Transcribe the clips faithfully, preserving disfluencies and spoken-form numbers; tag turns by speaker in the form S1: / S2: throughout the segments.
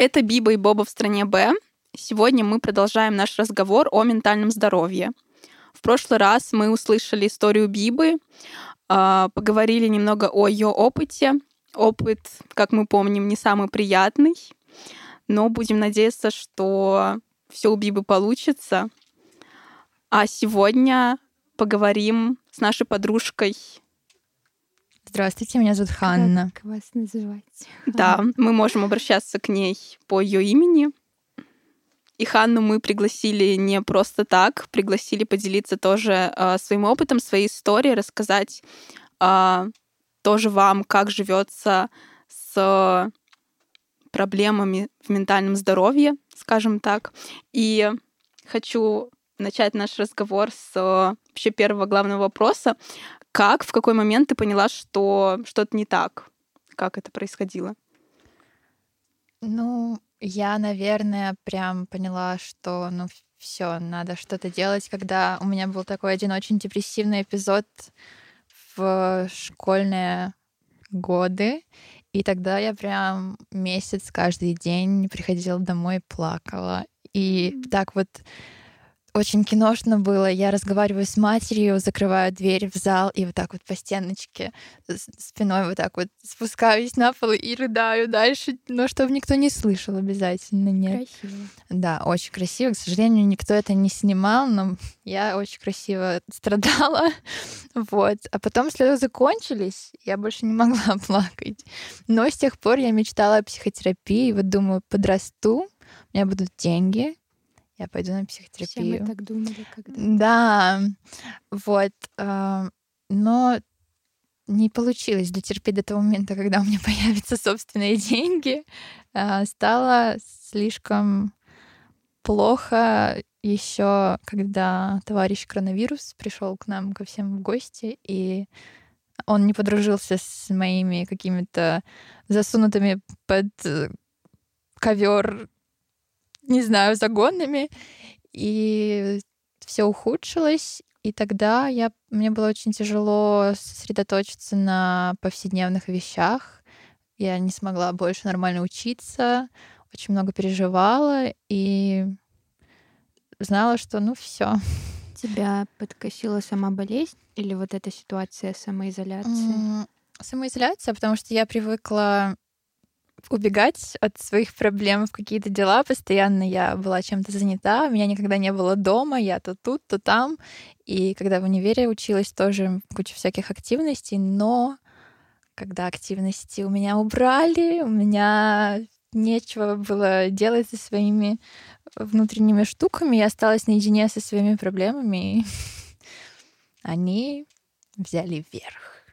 S1: Это Биба и Боба в стране Б. Сегодня мы продолжаем наш разговор о ментальном здоровье. В прошлый раз мы услышали историю Бибы, поговорили немного о ее опыте. Опыт, как мы помним, не самый приятный, но будем надеяться, что все у Бибы получится. А сегодня поговорим с нашей подружкой.
S2: Здравствуйте, меня зовут Ханна.
S3: Как вас называть?
S1: Да, мы можем обращаться к ней по ее имени. И Ханну мы пригласили не просто так, пригласили поделиться тоже э, своим опытом, своей историей, рассказать э, тоже вам, как живется с проблемами в ментальном здоровье, скажем так. И хочу начать наш разговор с вообще первого главного вопроса. Как, в какой момент ты поняла, что что-то не так? Как это происходило?
S2: Ну, я, наверное, прям поняла, что, ну, все, надо что-то делать, когда у меня был такой один очень депрессивный эпизод в школьные годы. И тогда я прям месяц каждый день приходила домой и плакала. И mm-hmm. так вот очень киношно было. Я разговариваю с матерью, закрываю дверь в зал и вот так вот по стеночке спиной вот так вот спускаюсь на пол и рыдаю дальше, но чтобы никто не слышал обязательно. Нет.
S3: Красиво.
S2: Да, очень красиво. К сожалению, никто это не снимал, но я очень красиво страдала. Вот. А потом слезы закончились, я больше не могла плакать. Но с тех пор я мечтала о психотерапии. Вот думаю, подрасту, у меня будут деньги, я пойду на психотерапию.
S3: Все мы так думали когда-то.
S2: Да, вот. Но не получилось дотерпеть до того момента, когда у меня появятся собственные деньги. Стало слишком плохо еще, когда товарищ коронавирус пришел к нам ко всем в гости, и он не подружился с моими какими-то засунутыми под ковер, не знаю, загонами, и все ухудшилось. И тогда я, мне было очень тяжело сосредоточиться на повседневных вещах. Я не смогла больше нормально учиться, очень много переживала и знала, что ну все.
S3: Тебя подкосила сама болезнь или вот эта ситуация самоизоляции?
S2: Самоизоляция, потому что я привыкла убегать от своих проблем в какие-то дела. Постоянно я была чем-то занята, меня никогда не было дома, я то тут, то там. И когда в универе училась, тоже куча всяких активностей, но когда активности у меня убрали, у меня нечего было делать со своими внутренними штуками, я осталась наедине со своими проблемами, и они взяли вверх.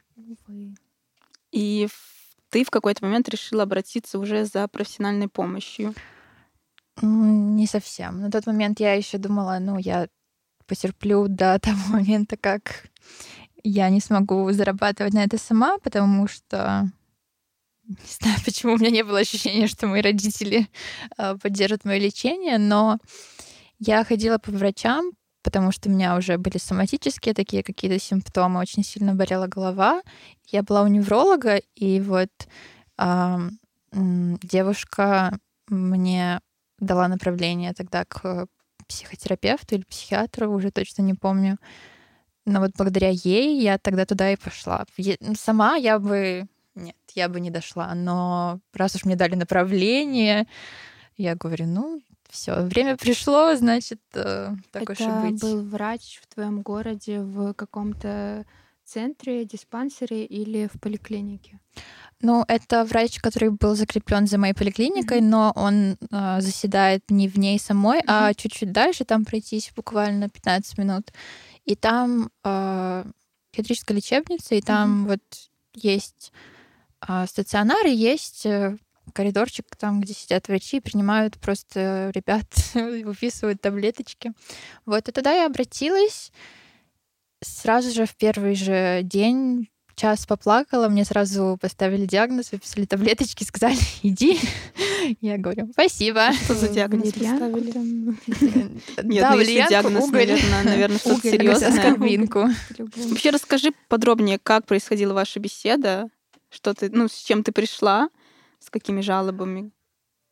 S1: И ты в какой-то момент решила обратиться уже за профессиональной помощью?
S2: Не совсем. На тот момент я еще думала, ну, я потерплю до того момента, как я не смогу зарабатывать на это сама, потому что не знаю, почему у меня не было ощущения, что мои родители поддержат мое лечение, но я ходила по врачам, потому что у меня уже были соматические такие какие-то симптомы, очень сильно болела голова. Я была у невролога, и вот э, девушка мне дала направление тогда к психотерапевту или психиатру, уже точно не помню. Но вот благодаря ей я тогда туда и пошла. Сама я бы... Нет, я бы не дошла. Но раз уж мне дали направление, я говорю, ну, все, время пришло, значит, э, так уж и быть.
S3: Это был врач в твоем городе в каком-то центре, диспансере или в поликлинике?
S2: Ну, это врач, который был закреплен за моей поликлиникой, mm-hmm. но он э, заседает не в ней самой, mm-hmm. а чуть-чуть дальше, там пройтись буквально пятнадцать минут. И там э, психиатрическая лечебница, и там mm-hmm. вот есть э, стационар, и есть... Э, коридорчик, там, где сидят врачи, принимают просто ребят, выписывают таблеточки. Вот, и туда я обратилась. Сразу же в первый же день час поплакала, мне сразу поставили диагноз, выписали таблеточки, сказали, иди. Я говорю, спасибо.
S1: Что за диагноз поставили? Нет,
S2: да,
S1: ну если диагноз, наверное, наверное, что-то серьезное. Вообще расскажи подробнее, как происходила ваша беседа, что ты, ну, с чем ты пришла, с какими жалобами?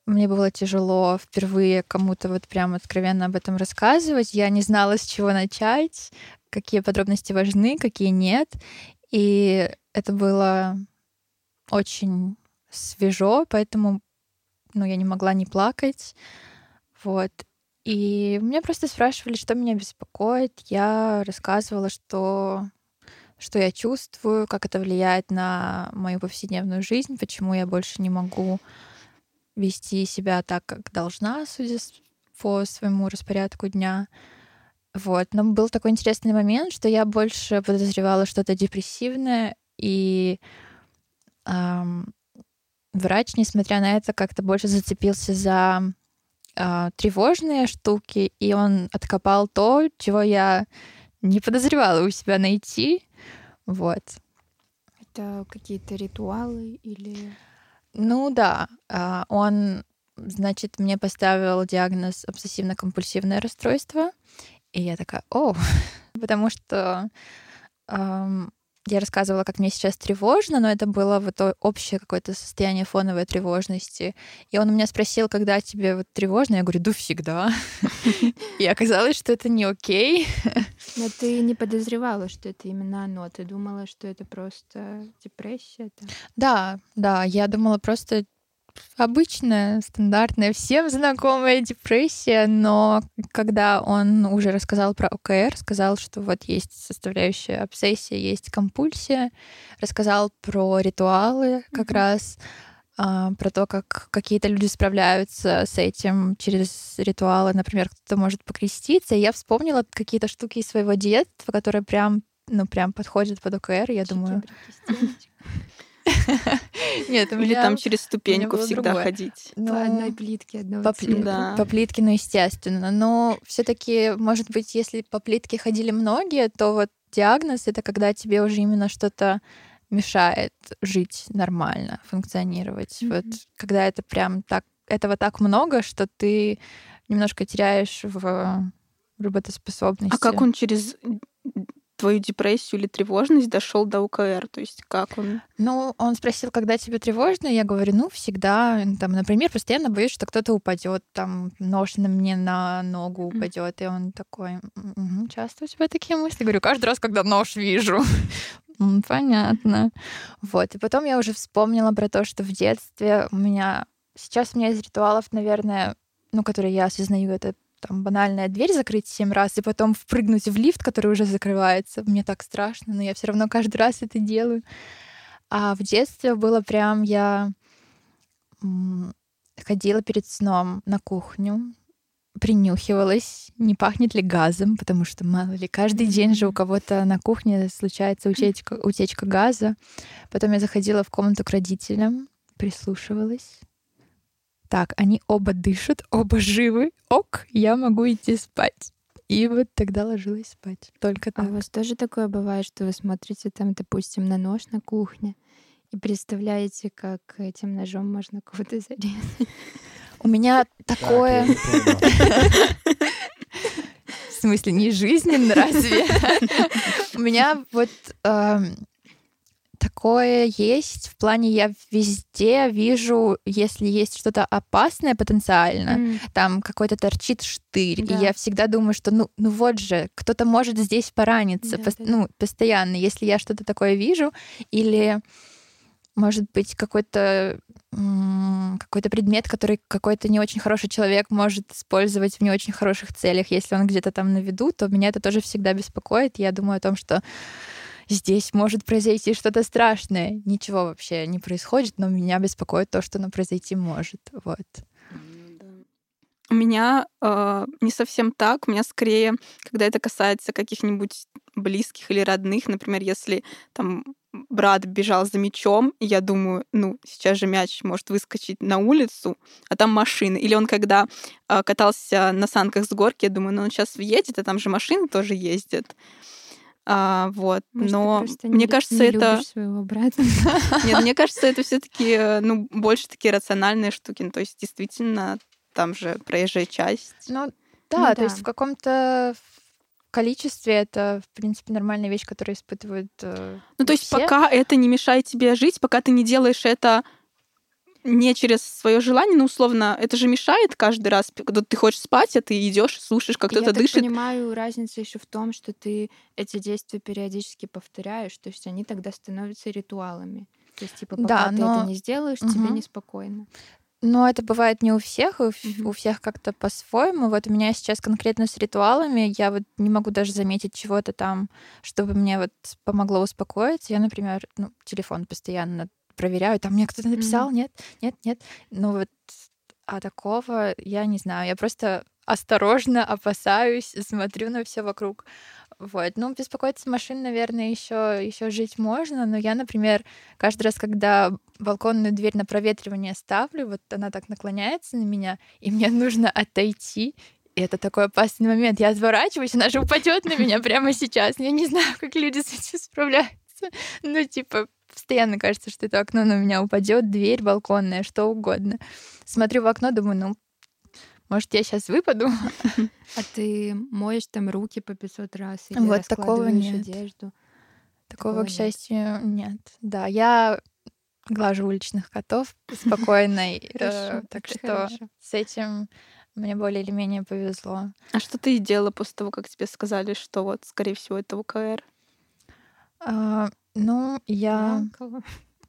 S2: мне было тяжело впервые кому-то вот прям откровенно об этом рассказывать. Я не знала, с чего начать, какие подробности важны, какие нет. И это было очень свежо, поэтому ну, я не могла не плакать. Вот. И меня просто спрашивали, что меня беспокоит. Я рассказывала, что, что я чувствую, как это влияет на мою повседневную жизнь, почему я больше не могу вести себя так, как должна, судя по своему распорядку дня. Вот. Но был такой интересный момент, что я больше подозревала что-то депрессивное, и эм, врач, несмотря на это, как-то больше зацепился за э, тревожные штуки, и он откопал то, чего я не подозревала у себя найти. Вот.
S3: Это какие-то ритуалы или...
S2: Ну да, э, он, значит, мне поставил диагноз обсессивно-компульсивное расстройство, и я такая, о, потому что эм, я рассказывала, как мне сейчас тревожно, но это было вот то общее какое-то состояние фоновой тревожности. И он у меня спросил, когда тебе вот тревожно, я говорю, да всегда. И оказалось, что это не окей.
S3: Но ты не подозревала, что это именно оно. Ты думала, что это просто депрессия?
S2: Да, да, я думала просто обычная, стандартная, всем знакомая депрессия, но когда он уже рассказал про ОКР, сказал, что вот есть составляющая обсессия, есть компульсия, рассказал про ритуалы как mm-hmm. раз, а, про то, как какие-то люди справляются с этим через ритуалы, например, кто-то может покреститься, и я вспомнила какие-то штуки из своего детства, которые прям, ну, прям подходят под ОКР, я думаю...
S1: Нет, или там через ступеньку всегда другое. Ходить.
S3: Ну, по одной плитке одного
S2: по,
S3: цвета.
S2: Да. По плитке, ну, естественно. Но все-таки, может быть, если по плитке ходили многие, то вот диагноз — это когда тебе уже именно что-то мешает жить нормально, функционировать. Mm-hmm. Вот когда это прям так, этого так много, что ты немножко теряешь в работоспособности.
S1: А как он через твою депрессию или тревожность дошел до ОКР? То есть как он?
S2: Ну, он спросил, когда тебе тревожно, я говорю, ну, всегда. Там, например, постоянно боюсь, что кто-то упадет, там, нож на мне на ногу упадет. Mm. И он такой, угу, часто у тебя такие мысли? Говорю, каждый раз, когда нож вижу. Понятно. Вот. И потом я уже вспомнила про то, что в детстве у меня... Сейчас у меня из ритуалов, наверное, ну, которые я осознаю, это там банальная дверь закрыть семь раз и потом впрыгнуть в лифт, который уже закрывается. Мне так страшно, но я все равно каждый раз это делаю. А в детстве было прям, я м- ходила перед сном на кухню, принюхивалась, не пахнет ли газом, потому что, мало ли, каждый mm-hmm. день же у кого-то на кухне случается утечка, утечка газа. Потом я заходила в комнату к родителям, прислушивалась. Так, они оба дышат, оба живы. Ок, я могу идти спать. И вот тогда ложилась спать. Только так.
S3: А у вас тоже такое бывает, что вы смотрите там, допустим, на нож на кухне и представляете, как этим ножом можно кого-то зарезать?
S2: У меня такое... В смысле, не жизненно разве? У меня вот... Такое есть. В плане я везде вижу, если есть что-то опасное потенциально, mm. там какой-то торчит штырь, да. И я всегда думаю, что ну, ну вот же, кто-то может здесь пораниться, да, пос- да. ну, постоянно, если я что-то такое вижу, или, может быть, какой-то, м- какой-то предмет, который какой-то не очень хороший человек может использовать в не очень хороших целях, если он где-то там на виду, то меня это тоже всегда беспокоит. Я думаю о том, что здесь может произойти что-то страшное. Ничего вообще не происходит, но меня беспокоит то, что оно произойти может. Вот.
S1: У меня э, не совсем так. У меня скорее, когда это касается каких-нибудь близких или родных, например, если там брат бежал за мячом, и я думаю, ну, сейчас же мяч может выскочить на улицу, а там машины. Или он, когда э, катался на санках с горки, я думаю, ну, он сейчас въедет, а там же машины тоже ездят. А, вот,
S3: может,
S1: но
S3: мне
S1: не, кажется,
S3: не
S1: это
S3: любишь своего брата.
S1: Нет, мне кажется, это все-таки, ну, больше такие рациональные штуки. Ну, то есть, действительно, там же проезжая часть.
S2: Ну, да, ну, то да. есть в каком-то количестве это, в принципе, нормальная вещь, которую испытывают. Э,
S1: ну, то есть,
S2: все.
S1: пока это не мешает тебе жить, пока ты не делаешь это не через свое желание, но условно, это же мешает каждый раз, когда ты хочешь спать, а ты идешь и слушаешь, как кто-то
S3: Я так
S1: дышит.
S3: понимаю, разница еще в том, что ты эти действия периодически повторяешь, то есть они тогда становятся ритуалами. То есть, типа,
S2: Да,
S3: пока ты это
S2: но
S3: не сделаешь, тебе
S2: Мгм.
S3: неспокойно.
S2: Но это бывает не у всех, и у, ф-
S3: Мгм.
S2: у всех как-то по-своему. Вот у меня сейчас конкретно с ритуалами, я вот не могу даже заметить чего-то там, чтобы мне вот помогло успокоиться. Я, например, ну, телефон постоянно проверяю, там мне кто-то
S3: Мгм.
S2: написал, нет, нет, нет. Ну вот, а такого я не знаю. Я просто осторожно опасаюсь, смотрю на все вокруг. Вот. Ну, беспокоиться машин, наверное, еще еще жить можно, но я, например, каждый раз, когда балконную дверь на проветривание ставлю, вот она так наклоняется на меня, и мне нужно отойти. И это такой опасный момент. Я отворачиваюсь, она же упадет на меня прямо сейчас. Я не знаю, как люди с этим справляются. Ну, типа, постоянно кажется, что это окно на меня упадет, дверь балконная, что угодно. Смотрю в окно, думаю, ну, может, я сейчас выпаду.
S3: А ты моешь там руки по пятьсот раз или
S2: Вот такого
S3: раскладываешь
S2: нет.
S3: одежду?
S2: Такого,
S3: Такого
S2: к
S3: нет.
S2: счастью, нет. Да, я глажу уличных котов спокойно, и, э,
S3: Хорошо,
S2: так
S3: это
S2: что
S3: хорошо.
S2: с этим мне более или менее повезло.
S1: А что ты делала после того, как тебе сказали, что вот, скорее всего, это УКР?
S2: А, ну, я,
S3: Плакала.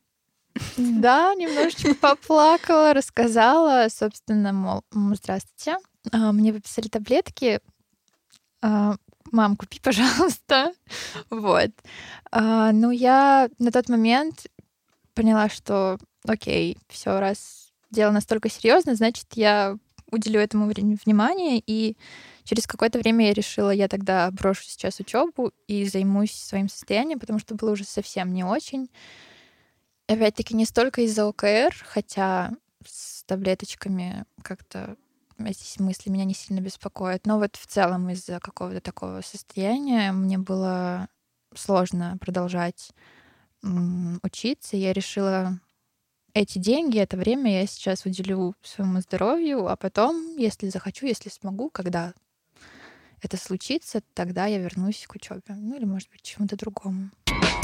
S2: да, немножечко поплакала, рассказала, собственно, мол, м, здравствуйте, а, мне выписали таблетки, а, мам, купи, пожалуйста. Вот. А, ну, я на тот момент поняла, что окей, все, раз дело настолько серьезно, значит, я уделю этому вре- внимание, и через какое-то время я решила, я тогда брошу сейчас учебу и займусь своим состоянием, потому что было уже совсем не очень. Опять-таки, не столько из-за ОКР, хотя с таблеточками как-то эти мысли меня не сильно беспокоят, но вот в целом из-за какого-то такого состояния мне было сложно продолжать м, учиться. Я решила эти деньги, это время я сейчас уделю своему здоровью, а потом, если захочу, если смогу, когда это случится, тогда я вернусь к учебе. Ну или, может быть, чему-то другому.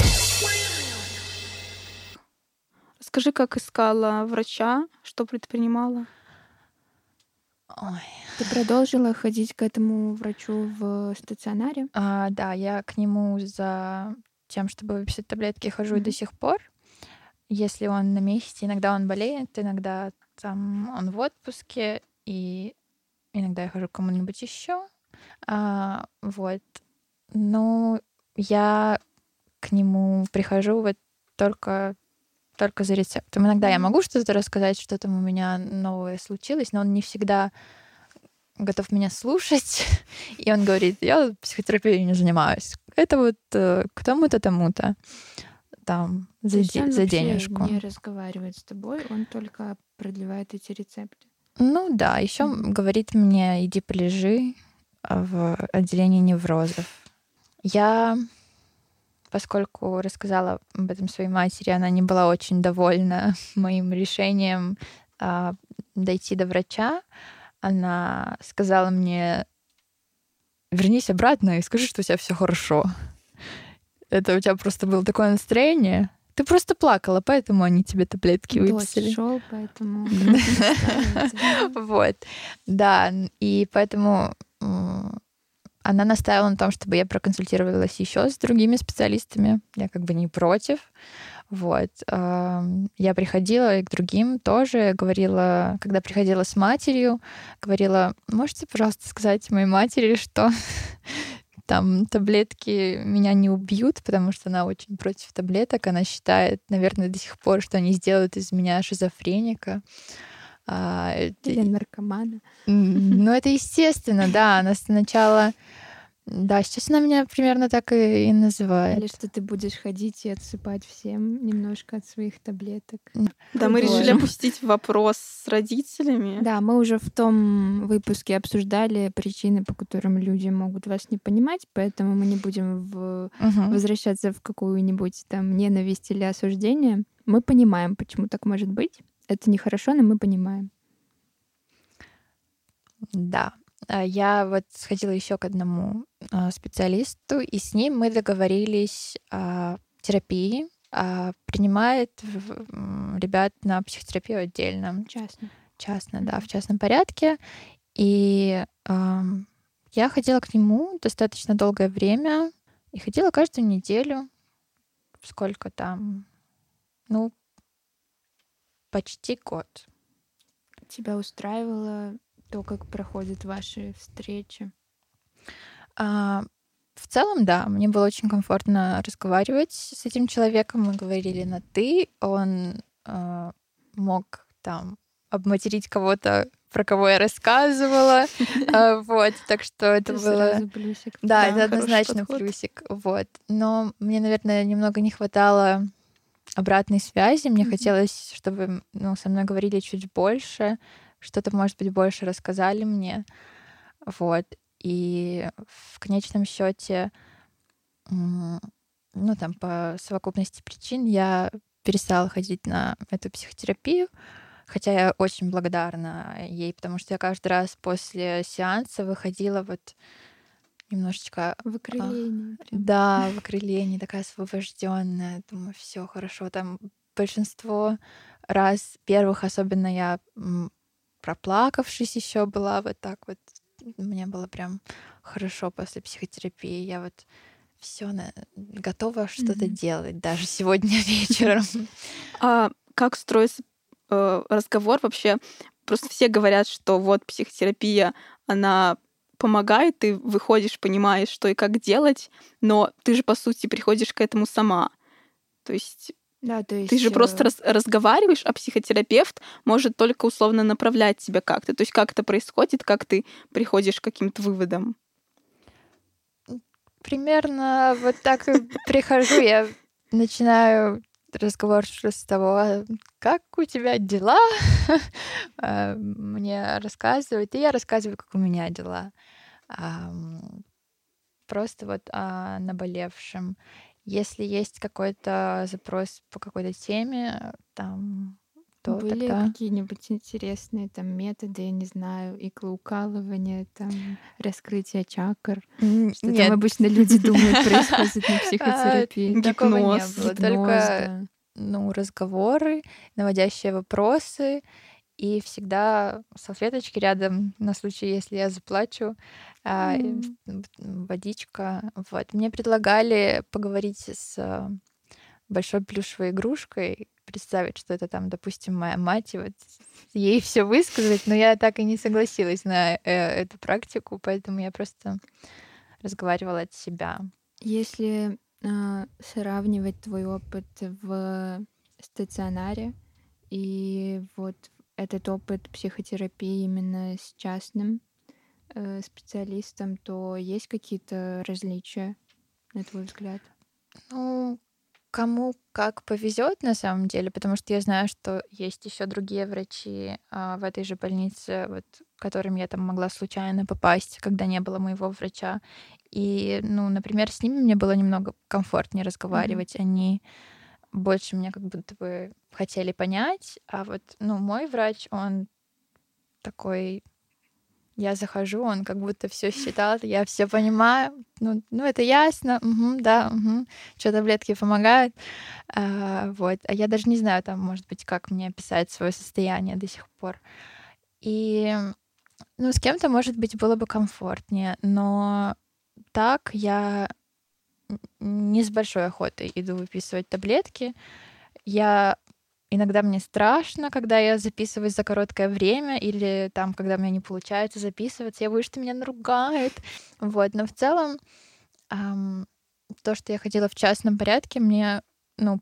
S1: Расскажи, как искала врача, что предпринимала?
S2: Ой.
S3: Ты продолжила ходить к этому врачу в стационаре?
S2: А, да, я к нему за тем, чтобы выписать таблетки, хожу и до
S3: Мгм.
S2: сих пор. Если он на месте, иногда он болеет, иногда там он в отпуске, и иногда я хожу к кому-нибудь еще. А, вот. Ну, я к нему прихожу вот только только за рецептом. Иногда я
S3: Мгм.
S2: могу что-то рассказать, что там у меня новое случилось, но он не всегда готов меня слушать. И он говорит, я психотерапией не занимаюсь. Это вот э, к тому-то, тому-то. Там
S3: То
S2: за,
S3: есть
S2: де-
S3: он
S2: за
S3: вообще
S2: денежку.
S3: не разговаривает с тобой, он только продлевает эти рецепты.
S2: Ну да, еще
S3: Мгм.
S2: говорит мне, иди полежи а, в отделении неврозов. Я, поскольку рассказала об этом своей матери, она не была очень довольна моим решением а, дойти до врача. Она сказала мне, вернись обратно и скажи, что у тебя все хорошо. Это у тебя просто было такое настроение. Ты просто плакала, поэтому они тебе таблетки
S3: Дождь
S2: выписали.
S3: шел, поэтому не стало тебя.
S2: Вот. Да, и поэтому м, она настаивала на том, чтобы я проконсультировалась еще с другими специалистами. Я как бы не против. Вот. ам, Я приходила и к другим тоже. Говорила, когда приходила с матерью, говорила, можете, пожалуйста, сказать моей матери, что там таблетки меня не убьют, потому что она очень против таблеток. Она считает, наверное, до сих пор, что они сделают из меня шизофреника. А,
S3: Или
S2: это-
S3: наркомана.
S2: м, Ну, это естественно, да. Она сначала... Да, сейчас она меня примерно так и, и называет.
S3: Или что ты будешь ходить и отсыпать всем немножко от своих таблеток.
S1: Да, мы
S3: Вот.
S1: решили опустить вопрос с родителями.
S3: Да, мы уже в том выпуске обсуждали причины, по которым люди могут вас не понимать, поэтому мы не будем в-
S2: Мгм.
S3: возвращаться в какую-нибудь там ненависть или осуждение. Мы понимаем, почему так может быть. Это нехорошо, но мы понимаем.
S2: Да. А Я вот сходила еще к одному а, специалисту, и с ним мы договорились о терапии. а, принимает в- м, ребят на психотерапию отдельно.
S3: Частно.
S2: Частно, да,
S3: Мгм.
S2: в частном порядке. И ам, я ходила к нему достаточно долгое время. И ходила каждую неделю. Сколько там? Ну, почти год.
S3: Тебя устраивало то, как проходят ваши встречи?
S2: А, в целом, да, мне было очень комфортно разговаривать с этим человеком. Мы говорили на «ты». Он а, мог там обматерить кого-то, про кого я рассказывала. А, Вот, так что это
S3: Это
S2: было...
S3: сразу плюсик.
S2: Да,
S1: Да,
S2: это
S1: хороший
S2: однозначно
S1: подход.
S2: плюсик. Вот. Но мне, наверное, немного не хватало обратной связи. Мне
S3: Мгм.
S2: хотелось, чтобы ну, со мной говорили чуть больше, что-то, может быть, больше рассказали мне. Вот. И в конечном счете, м, ну, там, по совокупности причин я перестала ходить на эту психотерапию, хотя я очень благодарна ей, потому что я каждый раз после сеанса выходила вот немножечко,
S3: В
S2: а,
S3: окрылении прям.
S2: да, в окрылении, такая освобожденная. Думаю, все хорошо. Там большинство раз первых, особенно я м, проплакавшись еще была вот так вот. Мне было прям хорошо после психотерапии. Я вот все готова что-то
S3: Мгм.
S2: делать, даже сегодня вечером.
S1: А как строится э, разговор вообще? Просто все говорят, что вот психотерапия, она помогает, ты выходишь, понимаешь, что и как делать, но ты же, по сути, приходишь к этому сама. То есть
S3: Да, то
S1: ты
S3: есть
S1: же просто
S3: э,
S1: раз- разговариваешь, а психотерапевт может только условно направлять тебя как-то. То есть как это происходит, как ты приходишь к каким-то выводам.
S2: Примерно вот так и прихожу, я начинаю разговор с того, как у тебя дела, А, мне рассказывают, и я рассказываю, как у меня дела. Ам, Просто вот о наболевшем. Если есть какой-то запрос по какой-то теме, там, то
S3: были
S2: тогда...
S3: какие-нибудь интересные там методы, я не знаю, иглоукалывания, там, раскрытие чакр,
S2: Н-
S3: что там
S2: Нет,
S3: обычно люди думают происходит на
S2: а,
S3: психотерапии.
S2: такого не
S1: Гипноз.
S2: было.
S3: Гипноз,
S2: Только,
S3: да.
S2: ну, разговоры, наводящие вопросы. И всегда салфеточки рядом на случай, если я заплачу, а, и
S3: М.
S2: м, водичка. Вот. Мне предлагали поговорить с а, большой плюшевой игрушкой, представить, что это там, допустим, моя мать, и вот ей все высказать, но я так и не согласилась на э, эту практику, поэтому я просто разговаривала от себя.
S3: Если а, сравнивать твой опыт в стационаре и вот этот опыт психотерапии именно с частным э, специалистом, то есть какие-то различия, на твой взгляд?
S2: Ну, кому как повезет на самом деле, потому что я знаю, что есть еще другие врачи а, в этой же больнице, вот, к которым я там могла случайно попасть, когда не было моего врача. И, ну, например, с ними мне было немного комфортнее
S3: Мгм.
S2: разговаривать. Они больше меня как будто бы хотели понять. А вот, ну, мой врач, он такой я захожу, он как будто все считал, я все понимаю. Ну, ну это ясно, мгм, да, что таблетки помогают. А, вот. А я даже не знаю, там, может быть, как мне описать свое состояние до сих пор. И, ну, с кем-то, может быть, было бы комфортнее, но так я н не с большой охотой иду выписывать таблетки. Я Иногда мне страшно, когда я записываюсь за короткое время или там, когда у меня не получается записываться, я боюсь, что меня наругают. Вот, но в целом, ам, то, что я ходила в частном порядке, мне, ну,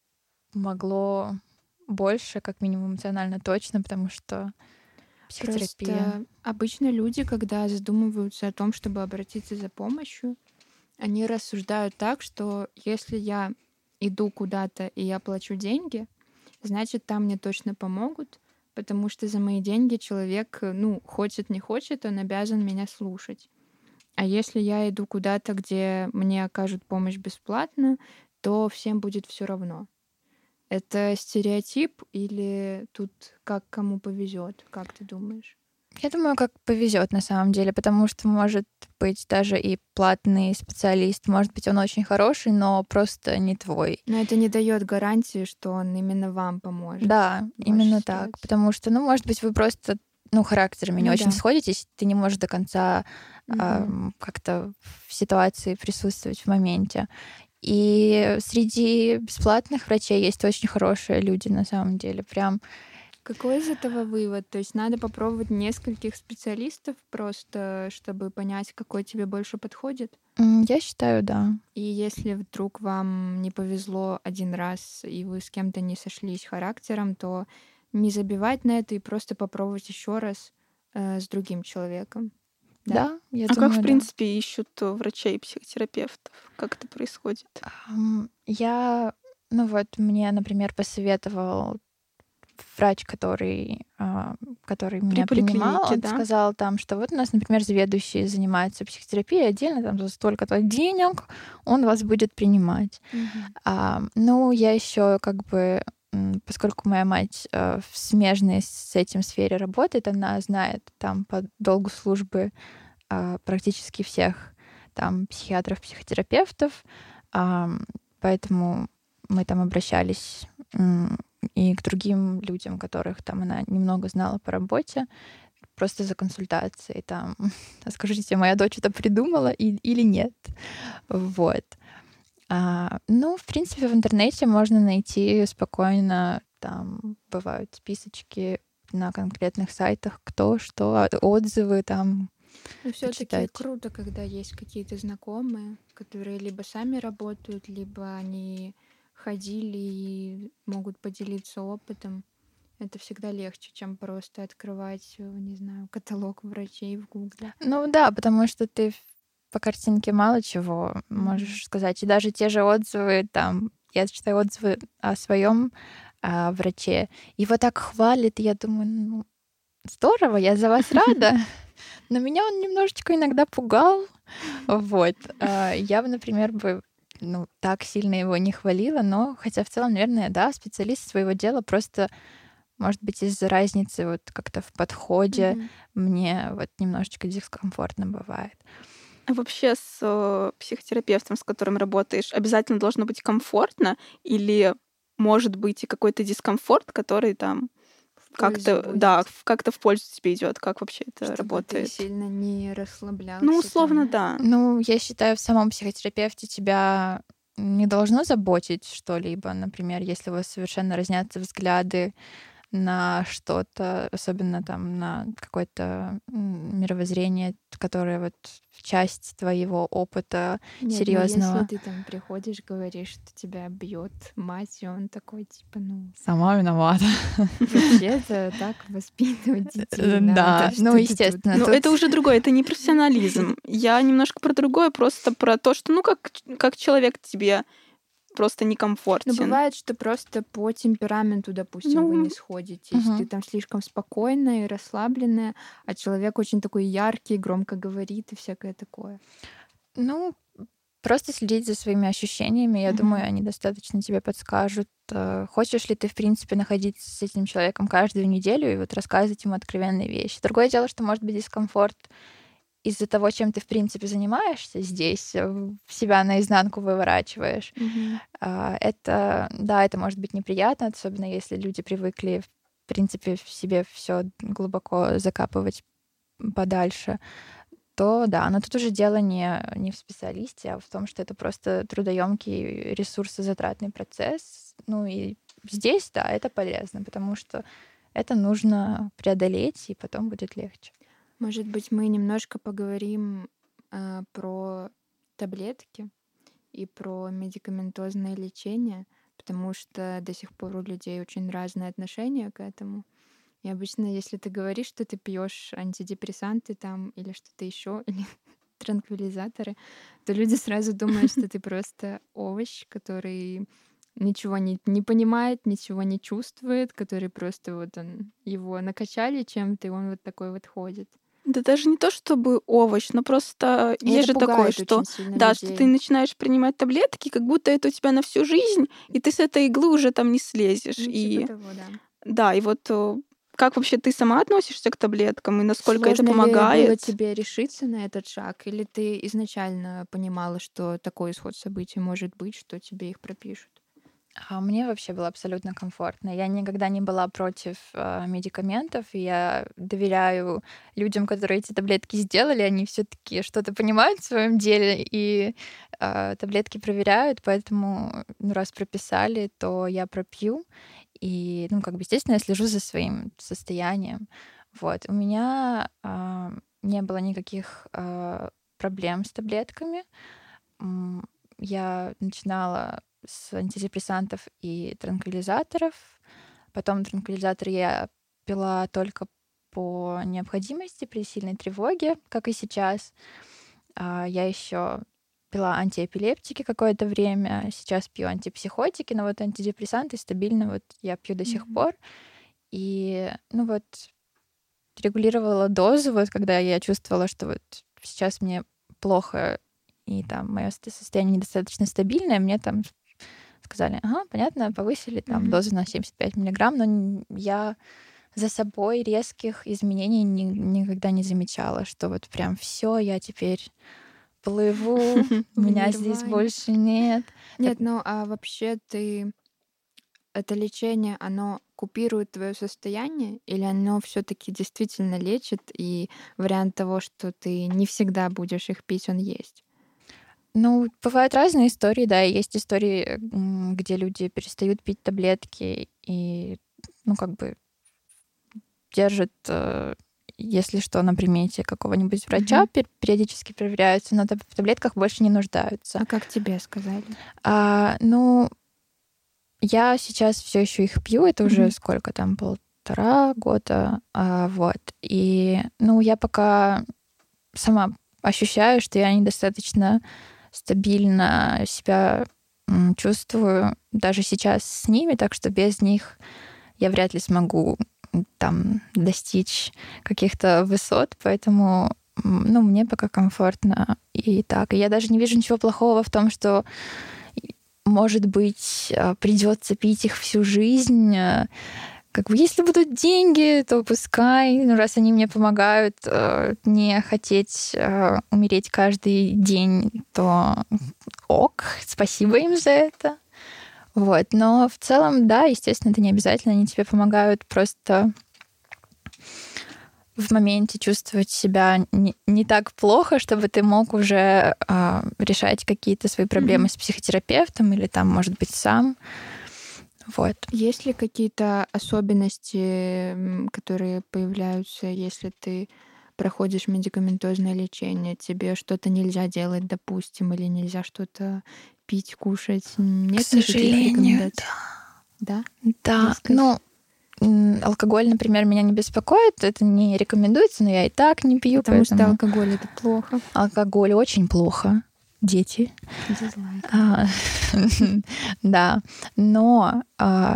S2: помогло больше, как минимум эмоционально точно, потому что психотерапия.
S3: Просто обычно люди, когда задумываются о том, чтобы обратиться за помощью, они рассуждают так, что если я иду куда-то и я плачу деньги, значит, там мне точно помогут, потому что за мои деньги человек, э, ну, хочет, не хочет, он обязан меня слушать. А если я иду куда-то, где мне окажут помощь бесплатно, то всем будет все равно. Это стереотип или тут как кому повезет, как ты думаешь?
S2: Я думаю, как повезет на самом деле, потому что может быть даже и платный специалист, может быть, он очень хороший, но просто не твой.
S3: Но это не дает гарантии, что он именно вам поможет.
S2: Да,
S3: в вашей
S2: именно так.
S3: ситуации.
S2: Потому что, ну, может быть, вы просто, ну, характерами не
S3: Ну
S2: очень
S3: да.
S2: сходитесь, ты не можешь до конца
S3: Мгм.
S2: ам, как-то в ситуации присутствовать в моменте. И среди бесплатных врачей есть очень хорошие люди на самом деле. Прям
S3: Какой из этого вывод? То есть надо попробовать нескольких специалистов просто, чтобы понять, какой тебе больше подходит?
S2: м, я считаю, да.
S3: И если вдруг вам не повезло один раз, и вы с кем-то не сошлись характером, то не забивать на это и просто попробовать еще раз э, с другим человеком. Да?
S2: Да, я
S1: А как, в
S2: думаю, да.
S1: принципе, ищут э, врачей и психотерапевтов? Как это происходит?
S2: Ам, Я, ну вот, мне, например, посоветовал врач, который, а, который
S1: При
S2: меня принимал,
S1: поликлинике,
S2: он
S1: да?
S2: сказал там, что вот у нас, например, заведующий занимается психотерапией отдельно, там за столько-то денег он вас будет принимать.
S3: Мгм.
S2: А, ну, я еще как бы, м, поскольку моя мать э, в смежной с этим сфере работает, она знает там по долгу службы а, практически всех там психиатров, психотерапевтов, ам, поэтому мы там обращались м, и к другим людям, которых там она немного знала по работе, просто за консультацией там, «А скажите, моя дочь это придумала и- или нет?» Вот. А, ну, в принципе, в интернете можно найти спокойно, там бывают списочки на конкретных сайтах, кто что, а, отзывы там
S3: Но все-таки
S2: почитать.
S3: круто, когда есть какие-то знакомые, которые либо сами работают, либо они ходили и могут поделиться опытом. Это всегда легче, чем просто открывать, э, не знаю, каталог врачей в Гугле.
S2: Ну да, потому что ты ф- по картинке мало чего
S3: Мгм.
S2: можешь сказать. И даже те же отзывы, там, я читаю отзывы о своем враче, его так хвалит, и я думаю, ну, здорово, я за вас рада. Но меня он немножечко иногда пугал. Вот. А, Я бы, например, бы ну, так сильно его не хвалила, но хотя в целом, наверное, да, специалист своего дела просто, может быть, из-за разницы вот как-то в подходе
S3: Мгм.
S2: мне вот немножечко дискомфортно бывает.
S1: А вообще с э, психотерапевтом, с которым работаешь, обязательно должно быть комфортно или может быть и какой-то дискомфорт, который там
S3: В пользу
S1: как-то, да,
S3: будет,
S1: в- как-то в пользу тебе идет? Как вообще это
S3: чтобы ты
S1: работает?
S3: сильно не
S1: Ну,
S3: расслаблялся
S1: условно,
S3: там, да?
S1: да.
S2: Ну, я считаю, в самом психотерапевте тебя не должно заботить что-либо. Например, если у вас совершенно разнятся взгляды на что-то, особенно там на какое-то м, мировоззрение, которое вот часть твоего опыта
S3: Нет, но если
S2: серьезного.
S3: ты там приходишь, говоришь, что тебя бьет мать, и он такой, типа, ну,
S2: Сама виновата.
S3: вообще-то так воспитывать детей
S2: Да,
S3: надо,
S2: ну,
S3: что ты тут.
S2: естественно,
S1: Ну,
S2: тут
S1: это уже другое, это не профессионализм. Я немножко про другое, просто про то, что, ну, как, как человек тебе просто
S3: Ну,
S1: некомфортен.
S3: бывает, что просто по темпераменту, допустим, вы
S1: Ну,
S3: не сходитесь. Ты
S2: мгм.
S3: там слишком спокойная и расслабленная, а человек очень такой яркий, громко говорит и всякое такое.
S2: Ну, просто следить за своими ощущениями. Я
S3: Мгм.
S2: думаю, они достаточно тебе подскажут. э, Хочешь ли ты, в принципе, находиться с этим человеком каждую неделю и вот рассказывать ему откровенные вещи. Другое дело, что может быть дискомфорт из-за того, чем ты, в принципе, занимаешься здесь, э, в- себя наизнанку выворачиваешь.
S3: Мгм.
S2: А, Это, да, это может быть неприятно, особенно если люди привыкли, в принципе, в себе все глубоко закапывать подальше, то да, но тут уже дело не, не в специалисте, а в том, что это просто трудоемкий, ресурсозатратный процесс. Ну и здесь, да, это полезно, потому что это нужно преодолеть, и потом будет легче.
S3: Может быть, мы немножко поговорим а, про таблетки и про медикаментозное лечение, потому что до сих пор у людей очень разное отношение к этому. И обычно, если ты говоришь, что ты пьешь антидепрессанты там или что-то еще, или транквилизаторы, то люди сразу думают, что ты просто овощ, который ничего не, не понимает, ничего не чувствует, который просто вот он его накачали чем-то, и он вот такой вот ходит.
S1: да даже не то чтобы овощ, но просто
S3: И
S1: есть
S3: это
S1: же такое,
S3: пугает
S1: что
S3: очень сильно
S1: да, что ты
S3: людей.
S1: начинаешь принимать таблетки, как будто это у тебя на всю жизнь, и ты с этой иглы уже там не слезешь.
S3: Ну, типа
S1: И
S3: того, да.
S1: да, и вот э, как вообще ты сама относишься к таблеткам и насколько
S3: Сложно
S1: это помогает?
S3: Ли было тебе решиться на этот шаг, или ты изначально понимала, что такой исход событий может быть, что тебе их пропишут?
S2: А мне вообще было абсолютно комфортно. Я никогда не была против э, медикаментов, и я доверяю людям, которые эти таблетки сделали. Они все-таки что-то понимают в своем деле и э, таблетки проверяют, поэтому ну, раз прописали, то я пропью. И, ну, как бы, естественно, я слежу за своим состоянием. Вот. У меня э, не было никаких э, проблем с таблетками. М, Я начинала с антидепрессантов и транквилизаторов. Потом транквилизаторы я пила только по необходимости при сильной тревоге, как и сейчас. А, Я еще пила антиэпилептики какое-то время, сейчас пью антипсихотики, но вот антидепрессанты стабильно вот я пью до сих
S3: Мгм.
S2: пор. И, ну вот, регулировала дозу, вот когда я чувствовала, что вот сейчас мне плохо, и там мое состояние недостаточно стабильное, мне там сказали, ага, понятно, повысили там
S3: Мгм.
S2: дозу на семьдесят пять миллиграмм, но н- я за собой резких изменений ни- никогда не замечала, что вот прям все, я теперь плыву,
S3: В
S2: меня здесь
S3: нирване.
S2: больше нет.
S3: Нет, ну а вообще ты это лечение, оно купирует твое состояние, или оно все-таки действительно лечит, и вариант того, что ты не всегда будешь их пить, он есть?
S2: Ну, бывают разные истории, да, и есть истории, м, где люди перестают пить таблетки и, ну, как бы держат, э, если что, на примете какого-нибудь врача,
S3: Мгм.
S2: пер- периодически проверяются, но таб- в таблетках больше не нуждаются.
S3: А как тебе сказали?
S2: А, ну, я сейчас все еще их пью, это уже
S3: Мгм.
S2: сколько там, полтора года, а, вот. И, ну, я пока сама ощущаю, что я недостаточно стабильно себя м, чувствую даже сейчас с ними, так что без них я вряд ли смогу м, там достичь каких-то высот, поэтому м, ну, мне пока комфортно и так. И я даже не вижу ничего плохого в том, что, может быть, а, придется пить их всю жизнь. а, Как бы, если будут деньги, то пускай, ну, раз они мне помогают э, не хотеть э, умереть каждый день, то ок, спасибо им за это. Вот. Но в целом, да, естественно, это не обязательно. Они тебе помогают просто в моменте чувствовать себя не, не так плохо, чтобы ты мог уже э, решать какие-то свои проблемы
S3: Мгм.
S2: с психотерапевтом или там, может быть, сам. Вот.
S3: Есть ли какие-то особенности, м, которые появляются, если ты проходишь медикаментозное лечение? Тебе что-то нельзя делать, допустим, или нельзя что-то пить, кушать?
S2: К
S3: Нет никаких
S2: сожалению,
S3: рекомендаций? Да?
S2: да.
S3: Расскажи.
S2: Ну, м, алкоголь, например, меня не беспокоит, это не рекомендуется, но я и так не пью,
S3: Потому что
S2: поэтому
S3: алкоголь — это плохо.
S2: алкоголь очень плохо. Дети.
S3: Дизлайк.
S2: А, Да. Но а,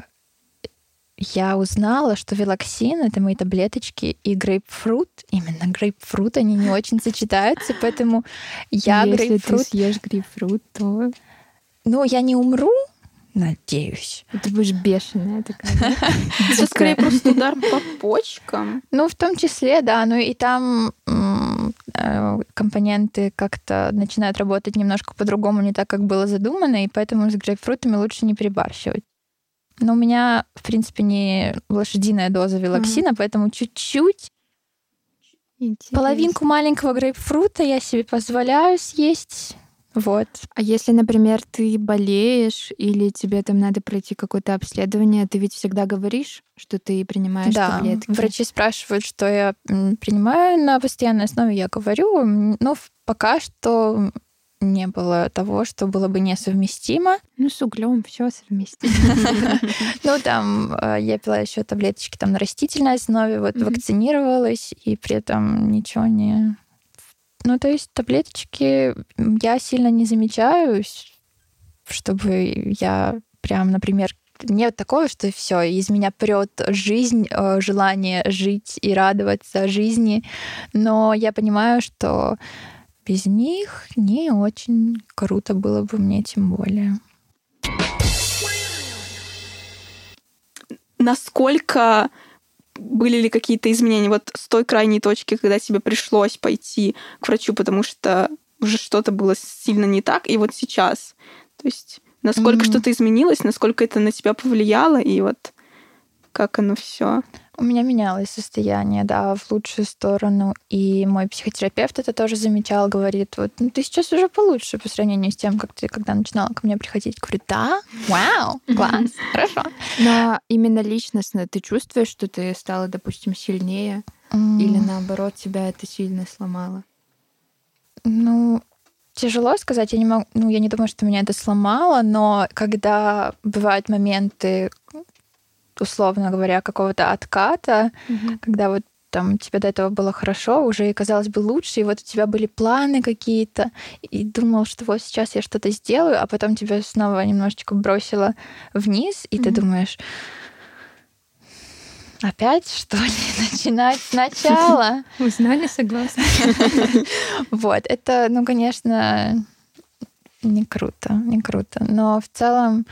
S2: я узнала, что велоксин — это мои таблеточки, и грейпфрут, именно грейпфрут, они не очень сочетаются, поэтому я
S3: Если ты
S2: грейпфрут...
S3: съешь грейпфрут, то
S2: Ну, я не умру, надеюсь.
S3: ты будешь бешеная такая. да?
S1: Это скорее просто удар по почкам.
S2: Ну, в том числе, да. Ну и там м, э, компоненты как-то начинают работать немножко по-другому, не так, как было задумано, и поэтому с грейпфрутами лучше не перебарщивать. Но у меня, в принципе, не лошадиная доза велоксина, поэтому чуть-чуть,
S3: Интересно.
S2: половинку маленького грейпфрута я себе позволяю съесть. Вот.
S3: А если, например, ты болеешь или тебе там надо пройти какое-то обследование, ты ведь всегда говоришь, что ты принимаешь
S2: Да,
S3: таблетки?
S2: врачи спрашивают, что я м, принимаю на постоянной основе, я говорю, м, но в- пока что не было того, что было бы несовместимо.
S3: Ну, с углем все совместимо.
S2: Ну, там э, я пила еще таблеточки там на растительной основе, вот
S3: Мгм.
S2: вакцинировалась, и при этом ничего не... Ну, то есть таблеточки м, я сильно не замечаю, с- чтобы я прям, например, нет такого, что все, из меня прет жизнь, э, желание жить и радоваться жизни, но я понимаю, что без них не очень круто было бы мне, тем более.
S1: Насколько были ли какие-то изменения вот с той крайней точки, когда тебе пришлось пойти к врачу, потому что уже что-то было сильно не так, и вот сейчас. То есть насколько mm-hmm. что-то изменилось, насколько это на тебя повлияло, и вот как оно все.
S2: У меня менялось состояние, да, в лучшую сторону. И мой психотерапевт это тоже замечал, говорит, вот, ну ты сейчас уже получше по сравнению с тем, как ты когда начинала ко мне приходить. Говорю, да, вау, класс, хорошо.
S3: Но именно личностно ты чувствуешь, что ты стала, допустим, сильнее? Mm. Или наоборот, тебя это сильно сломало?
S2: Ну, тяжело сказать. Я не могу, ну, я не думаю, что меня это сломало, но когда бывают моменты, условно говоря, какого-то отката, mm-hmm. когда вот там тебе до этого было хорошо, уже и казалось бы лучше, и вот у тебя были планы какие-то, и думал, что вот сейчас я что-то сделаю, а потом тебя снова немножечко бросило вниз, и mm-hmm. ты думаешь, опять, что ли, начинать сначала?
S3: Узнали, согласна.
S2: Вот, это, ну, конечно, не круто, не круто, но в целом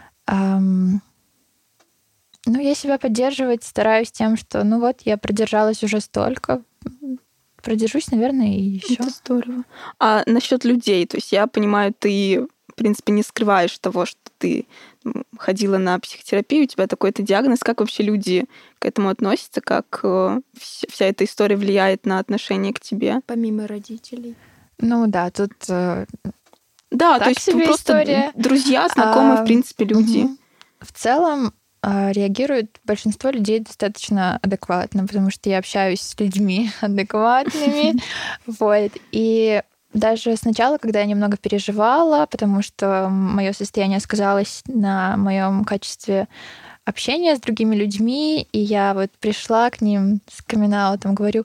S2: ну, я себя поддерживать стараюсь тем, что, ну вот, я продержалась уже столько, продержусь, наверное, и еще.
S1: Это здорово. А насчет людей, то есть я понимаю, ты, в принципе, не скрываешь того, что ты ходила на психотерапию, у тебя такой-то диагноз. Как вообще люди к этому относятся? Как вся эта история влияет на отношение к тебе?
S3: Помимо родителей.
S2: Ну да, тут
S1: да,
S2: так
S1: то есть
S2: себе
S1: просто
S2: история.
S1: Друзья, знакомые, а, в принципе, люди.
S2: Угу. В целом реагирует большинство людей достаточно адекватно, потому что я общаюсь с людьми адекватными. Вот. И даже сначала, когда я немного переживала, потому что мое состояние сказалось на моем качестве общения с другими людьми, и я вот пришла к ним с камин-аутом, говорю,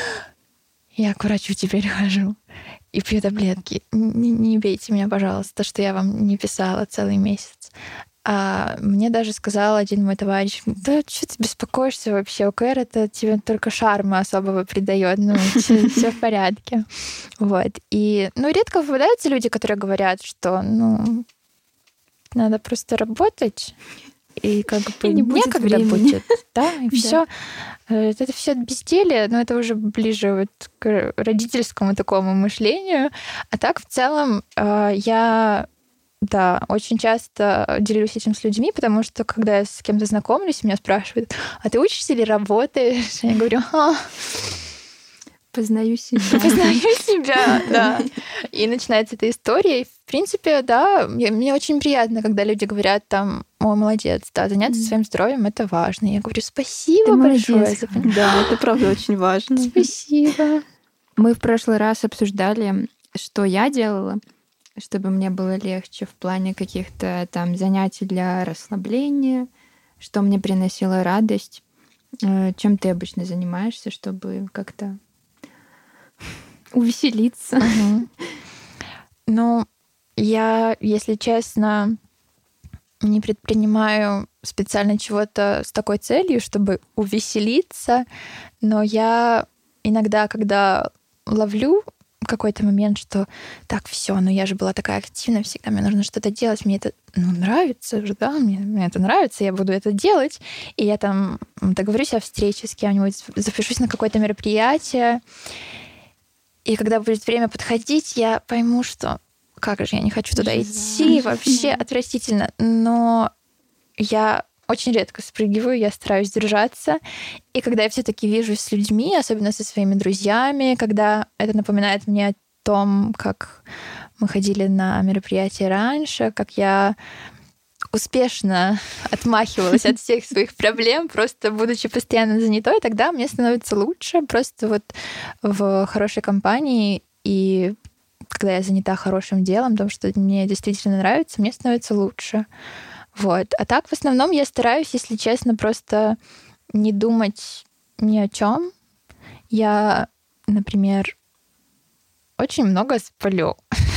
S2: я к врачу теперь хожу и пью таблетки. Не, не бейте меня, пожалуйста, что я вам не писала целый месяц. А мне даже сказал один мой товарищ, да что ты беспокоишься вообще, ОКР это тебе только шарма особого придает, ну все, все в порядке. Вот. И, ну, редко попадаются люди, которые говорят, что, ну, надо просто работать, и как бы
S3: и не
S2: некогда
S3: будет,
S2: будет, да, и все. Это все безделие, но это уже ближе вот к родительскому такому мышлению. А так в целом я Да, очень часто делюсь этим с людьми, потому что, когда я с кем-то знакомлюсь, меня спрашивают, а ты учишься или работаешь? Я говорю, а,
S3: познаю себя.
S2: Познаю себя, да. И начинается эта история. И, в принципе, да, мне очень приятно, когда люди говорят там, о, молодец, да, заняться mm. своим здоровьем — это важно. Я говорю, спасибо
S3: ты
S2: большое.
S3: Молодец.
S1: Да, это правда очень важно.
S2: Спасибо.
S3: Мы в прошлый раз обсуждали, что я делала, чтобы мне было легче в плане каких-то там занятий для расслабления, что мне приносило радость. Чем ты обычно занимаешься, чтобы как-то увеселиться?
S2: Угу. Ну, я, если честно, не предпринимаю специально чего-то с такой целью, чтобы увеселиться, но я иногда, когда ловлю какой-то момент, что так, все, но я же была такая активная всегда, мне нужно что-то делать, мне это ну, нравится же, да, мне, мне это нравится, я буду это делать, и я там договорюсь о встрече с кем-нибудь, запишусь на какое-то мероприятие, и когда будет время подходить, я пойму, что как же я не хочу туда идти, вообще отвратительно, но я очень редко спрыгиваю, я стараюсь держаться. И когда я все-таки вижусь с людьми, особенно со своими друзьями, когда это напоминает мне о том, как мы ходили на мероприятия раньше, как я успешно отмахивалась от всех своих проблем, просто будучи постоянно занятой, тогда мне становится лучше просто вот в хорошей компании. И когда я занята хорошим делом, том, что мне действительно нравится, мне становится лучше. Вот. А так, в основном, я стараюсь, если честно, просто не думать ни о чем. Я, например, очень много сплю.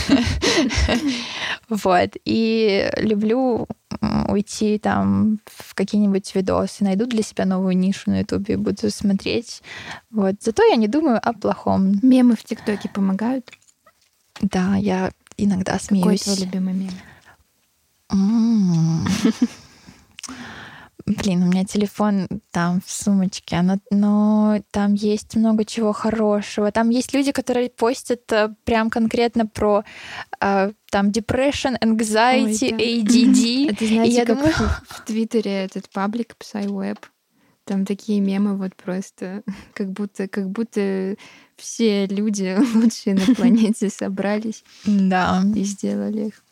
S2: Вот. И люблю уйти там в какие-нибудь видосы, найду для себя новую нишу на Ютубе и буду смотреть. Вот. Зато я не думаю о плохом.
S3: Мемы в ТикТоке помогают?
S2: Да, я иногда смеюсь.
S3: Какой твой любимый мем?
S2: Блин, у меня телефон там в сумочке, но, но там есть много чего хорошего. Там есть люди, которые постят э, прям конкретно про э, там depression, anxiety,
S3: Ой, да.
S2: эй ди ди.
S3: Это,
S2: И
S3: знаете,
S2: я
S3: как
S2: думаю,
S3: в, в Твиттере этот паблик PsyWeb. Там такие мемы вот просто, как будто, как будто все люди лучшие на планете собрались
S2: да.
S3: и сделали их.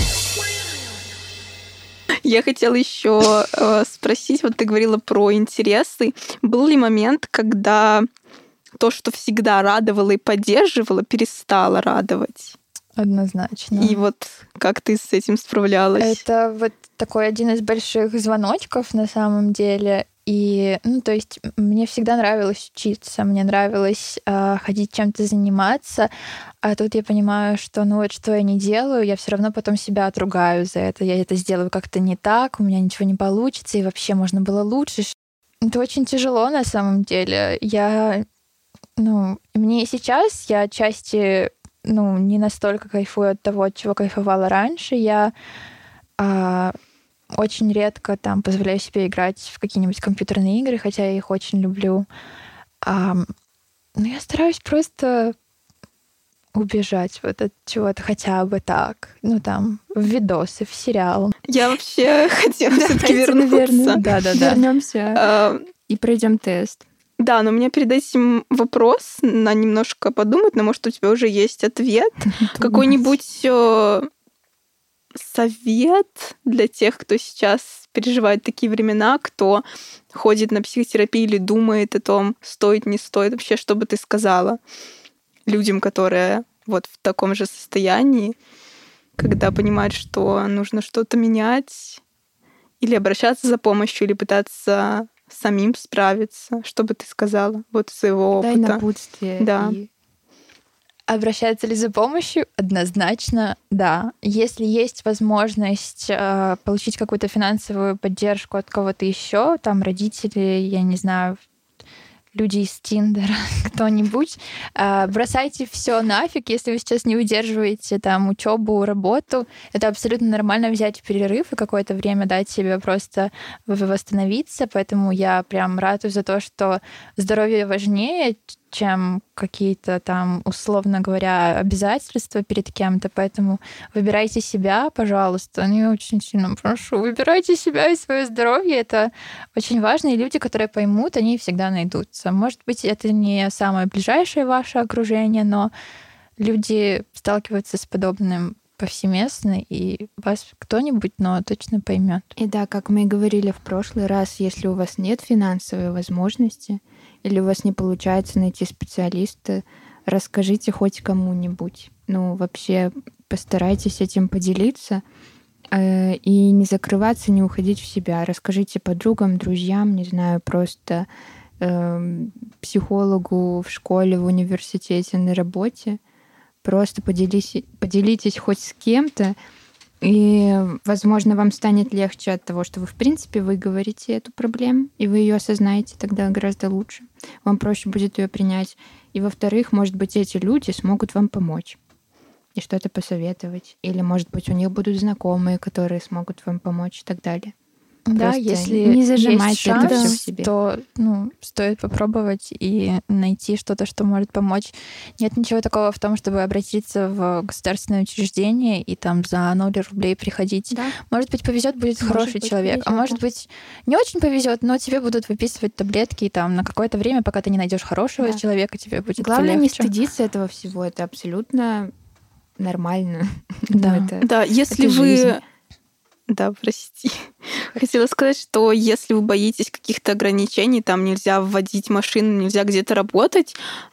S1: Я хотела еще э, спросить, вот ты говорила про интересы. Был ли момент, когда то, что всегда радовало и поддерживало, перестало радовать?
S2: Однозначно.
S1: И вот как ты с этим справлялась?
S2: Это вот такой один из больших звоночков на самом деле. И, ну, то есть мне всегда нравилось учиться, мне нравилось э, ходить чем-то заниматься, а тут я понимаю, что, ну, вот что я не делаю, я все равно потом себя отругаю за это. Я это сделаю как-то не так, у меня ничего не получится, и вообще можно было лучше. Это очень тяжело на самом деле. Я, ну, мне и сейчас я отчасти, ну, не настолько кайфую от того, от чего кайфовала раньше. Я а, очень редко там позволяю себе играть в какие-нибудь компьютерные игры, хотя я их очень люблю. А, но я стараюсь просто убежать вот от чего-то хотя бы так. Ну, там, в видосы, в сериал.
S1: Я вообще хотела все-таки вернуться.
S2: Да-да-да.
S3: Вернемся и пройдем тест.
S1: Да, но у меня перед этим вопрос на немножко подумать, но может у тебя уже есть ответ. Какой-нибудь э, совет для тех, кто сейчас переживает такие времена, кто ходит на психотерапию или думает о том, стоит, не стоит. Вообще, что бы ты сказала людям, которые вот в таком же состоянии, когда понимают, что нужно что-то менять, или обращаться за помощью, или пытаться самим справиться? Что бы ты сказала вот из своего опыта?
S3: Дай напутствие.
S1: Да.
S3: И...
S2: Обращаться ли за помощью? Однозначно, да. Если есть возможность э, получить какую-то финансовую поддержку от кого-то еще, там родители, я не знаю, люди из Тиндера, кто-нибудь, э, бросайте все нафиг, если вы сейчас не выдерживаете там учебу, работу. Это абсолютно нормально взять перерыв и какое-то время дать себе просто восстановиться. Поэтому я прям ратую за то, что здоровье важнее, чем какие-то там, условно говоря, обязательства перед кем-то. Поэтому выбирайте себя, пожалуйста. Ну, я очень сильно прошу, выбирайте себя и свое здоровье. Это очень важно. И люди, которые поймут, они всегда найдутся. Может быть, это не самое ближайшее ваше окружение, но люди сталкиваются с подобным повсеместно, и вас кто-нибудь, но точно поймет.
S3: И да, как мы и говорили в прошлый раз, если у вас нет финансовой возможности или у вас не получается найти специалиста, расскажите хоть кому-нибудь. Ну, вообще постарайтесь этим поделиться э, и не закрываться, не уходить в себя. Расскажите подругам, друзьям, не знаю, просто э, психологу в школе, в университете, на работе. Просто поделись, поделитесь хоть с кем-то, и, возможно, вам станет легче от того, что вы, в принципе, выговорите эту проблему, и вы ее осознаете тогда гораздо лучше. Вам проще будет ее принять. И, во-вторых, может быть, эти люди смогут вам помочь и что-то посоветовать. Или, может быть, у них будут знакомые, которые смогут вам помочь и так далее.
S2: Да,
S3: Просто
S2: если
S3: не зажимайте
S2: есть шанс,
S3: это всё в себе,
S2: то ну, стоит попробовать и найти что-то, что может помочь. Нет ничего такого в том, чтобы обратиться в государственное учреждение и там за ноль рублей приходить.
S3: Да.
S2: Может быть, повезет, будет
S3: Может
S2: хороший
S3: быть,
S2: человек,
S3: повезет,
S2: а может
S3: да.
S2: быть, не очень повезет, но тебе будут выписывать таблетки и там на какое-то время, пока ты не найдешь хорошего
S3: Да.
S2: человека, тебе будет
S3: Главное не
S2: полегче.
S3: стыдиться этого всего. Это абсолютно нормально.
S2: Да.
S3: Ну, это-
S1: Да, если
S3: это
S1: вы...
S3: жизнь.
S1: Да, прости. Хотела сказать, что если вы боитесь каких-то ограничений, там нельзя вводить машину, нельзя где-то работать,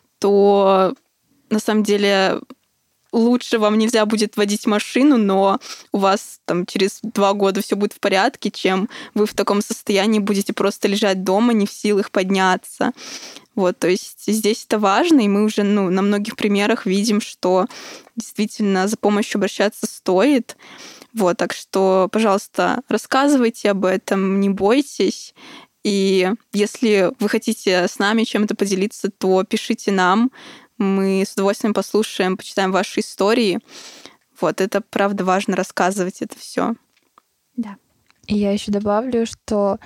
S1: то на самом деле лучше вам нельзя будет водить машину, но у вас там через два года все будет в порядке, чем вы в таком состоянии будете просто лежать дома, не в силах подняться. Вот, то есть здесь это важно, и мы уже ну, на многих примерах видим, что действительно за помощью обращаться стоит. Вот, так что, пожалуйста, рассказывайте об этом, не бойтесь. И если вы хотите с нами чем-то поделиться, то пишите нам. Мы с удовольствием послушаем, почитаем ваши истории. Вот, это правда важно рассказывать это все.
S3: Да.
S2: И я еще добавлю, что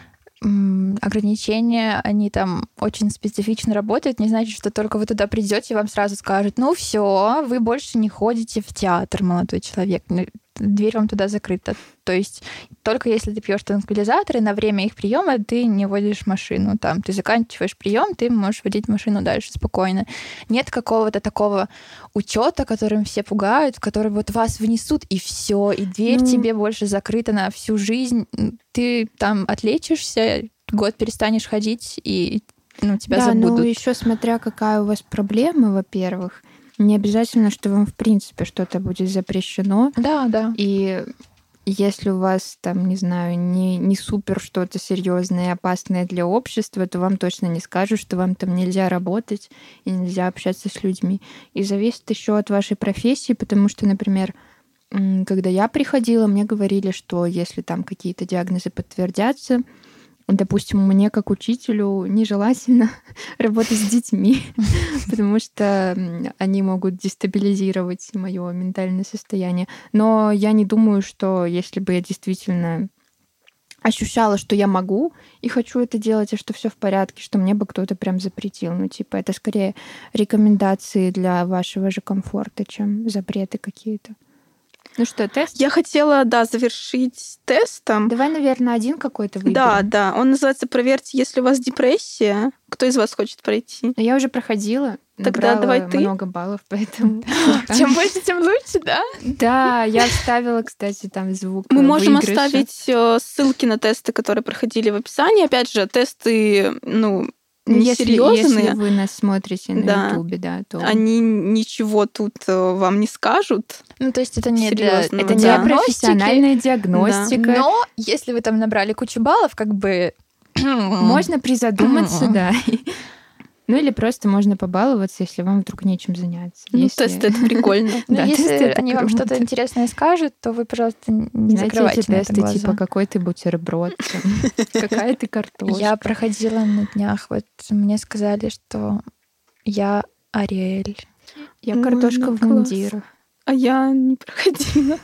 S2: м, ограничения, они там очень специфично работают. Не значит, что только вы туда придете, вам сразу скажут, ну все, вы больше не ходите в театр, молодой человек. Ну, дверь вам туда закрыта. То есть только если ты пьешь транквилизаторы, на время их приема ты не водишь машину. Там ты заканчиваешь прием, ты можешь водить машину дальше спокойно. Нет какого-то такого учета, которым все пугают, который вот вас внесут и все, и дверь
S3: Ну.
S2: тебе больше закрыта на всю жизнь. Ты там отлечишься, год перестанешь ходить, и ну, тебя
S3: Да,
S2: забудут.
S3: ну еще смотря какая у вас проблема, во-первых. Не обязательно, что вам, в принципе, что-то будет запрещено.
S2: Да, да.
S3: И если у вас там, не знаю, не, не супер что-то серьезное и опасное для общества, то вам точно не скажут, что вам там нельзя работать и нельзя общаться с людьми. И зависит еще от вашей профессии, потому что, например, м, когда я приходила, мне говорили, что если там какие-то диагнозы подтвердятся, допустим, мне как учителю нежелательно работать с детьми, потому что м, они могут дестабилизировать мое ментальное состояние. Но я не думаю, что если бы я действительно ощущала, что я могу и хочу это делать, и что все в порядке, что мне бы кто-то прям запретил. Ну, типа, это скорее рекомендации для вашего же комфорта, чем запреты какие-то. Ну что, тест?
S1: Я хотела, да, завершить тестом.
S3: Давай, наверное, один какой-то выберем.
S1: Да, да. Он называется «Проверьте, если у вас депрессия». Кто из вас хочет пройти?
S3: Но я уже проходила.
S1: Тогда
S3: набрала
S1: давай ты.
S3: много баллов, поэтому...
S2: Чем больше, тем лучше, да?
S3: Да, я вставила, кстати, там звук
S1: Мы можем
S3: выигрыша.
S1: оставить э, ссылки на тесты, которые проходили в описании. Опять же, тесты, ну,
S3: Ну, если,
S1: несерьезные.
S3: если вы нас смотрите на
S1: Да.
S3: Ютубе, да, то...
S1: Они ничего тут э, вам не скажут.
S2: Ну, то есть это не для
S1: Серьёзного,
S3: Это не
S1: да.
S2: диагностики,
S3: профессиональная диагностика.
S2: но если вы там набрали кучу баллов, как бы...
S3: Можно призадуматься, да. Ну или просто можно побаловаться, если вам вдруг нечем заняться.
S1: Ну,
S3: Если-
S1: тесты — это прикольно.
S2: Ну,
S3: Да,
S2: если
S3: тесты — это
S2: они вам
S3: круто.
S2: что-то интересное скажут, то вы, пожалуйста, не
S3: Знаете,
S2: закрывайте
S3: эти
S2: на это
S3: тесты
S2: глаза.
S3: типа «какой ты бутерброд», там, «какая ты картошка».
S2: Я проходила на днях, вот мне сказали, что я Ариэль.
S3: Я
S1: Ой,
S3: картошка
S1: ну
S3: в
S1: класс.
S3: мундирах.
S1: А я не проходила.